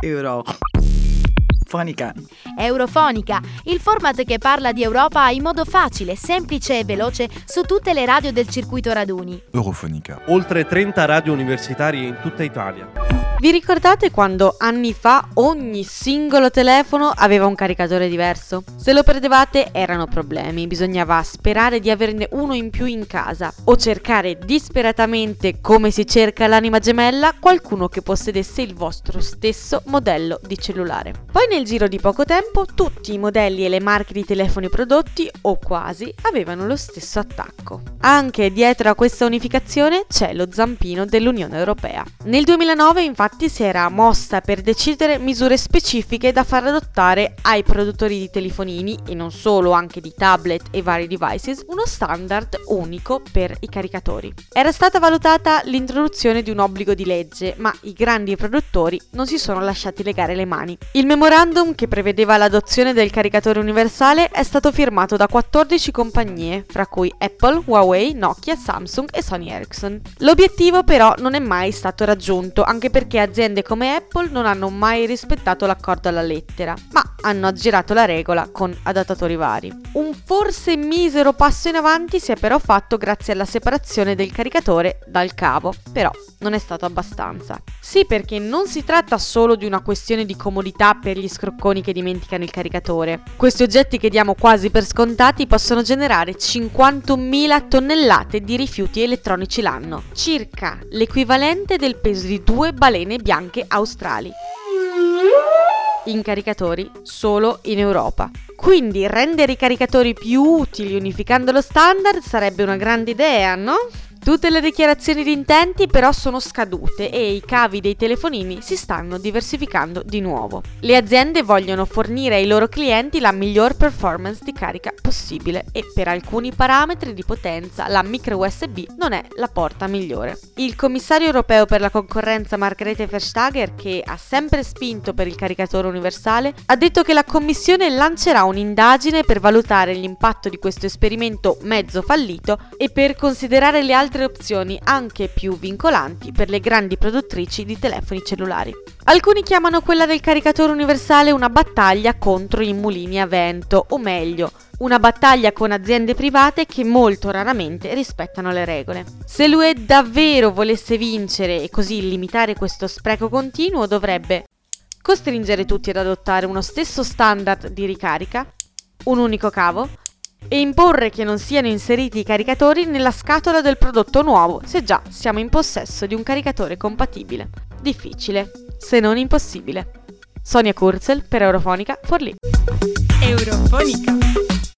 Eurofonica. Eurofonica, il format che parla di Europa in modo facile, semplice e veloce su tutte le radio del circuito raduni. Eurofonica. Oltre 30 radio universitarie in tutta Italia. Vi ricordate quando anni fa ogni singolo telefono aveva un caricatore diverso? Se lo perdevate erano problemi, bisognava sperare di averne uno in più in casa o cercare disperatamente, come si cerca l'anima gemella, qualcuno che possedesse il vostro stesso modello di cellulare. Poi nel giro di poco tempo tutti i modelli e le marche di telefoni prodotti, o quasi, avevano lo stesso attacco. Anche dietro a questa unificazione c'è lo zampino dell'Unione Europea. Nel 2009 infatti si era mossa per decidere misure specifiche da far adottare ai produttori di telefonini, e non solo, anche di tablet e vari devices, uno standard unico per i caricatori. Era stata valutata l'introduzione di un obbligo di legge, ma i grandi produttori non si sono lasciati legare le mani. Il memorandum che prevedeva l'adozione del caricatore universale è stato firmato da 14 compagnie, fra cui Apple, Huawei, Nokia, Samsung e Sony Ericsson. L'obiettivo però non è mai stato raggiunto, anche perché aziende come Apple non hanno mai rispettato l'accordo alla lettera, ma hanno aggirato la regola con adattatori vari. Un forse misero passo in avanti si è però fatto grazie alla separazione del caricatore dal cavo, però non è stato abbastanza. Sì, perché non si tratta solo di una questione di comodità per gli scrocconi che dimenticano il caricatore. Questi oggetti che diamo quasi per scontati possono generare 51.000 tonnellate di rifiuti elettronici l'anno, circa l'equivalente del peso di 2 balene bianche australi. In caricatori solo in Europa. Quindi rendere i caricatori più utili unificando lo standard sarebbe una grande idea, no? Tutte le dichiarazioni di intenti però sono scadute e i cavi dei telefonini si stanno diversificando di nuovo. Le aziende vogliono fornire ai loro clienti la miglior performance di carica possibile e per alcuni parametri di potenza la micro USB non è la porta migliore. Il commissario europeo per la concorrenza Margrethe Vestager, che ha sempre spinto per il caricatore universale, ha detto che la Commissione lancerà un'indagine per valutare l'impatto di questo esperimento mezzo fallito e per considerare le altre opzioni anche più vincolanti per le grandi produttrici di telefoni cellulari. Alcuni chiamano quella del caricatore universale una battaglia contro i mulini a vento, o meglio, una battaglia con aziende private che molto raramente rispettano le regole. Se l'UE davvero volesse vincere e così limitare questo spreco continuo, dovrebbe costringere tutti ad adottare uno stesso standard di ricarica, un unico cavo, e imporre che non siano inseriti i caricatori nella scatola del prodotto nuovo se già siamo in possesso di un caricatore compatibile. Difficile, se non impossibile. Sonia Kurzel per Eurofonica Forlì. Eurofonica.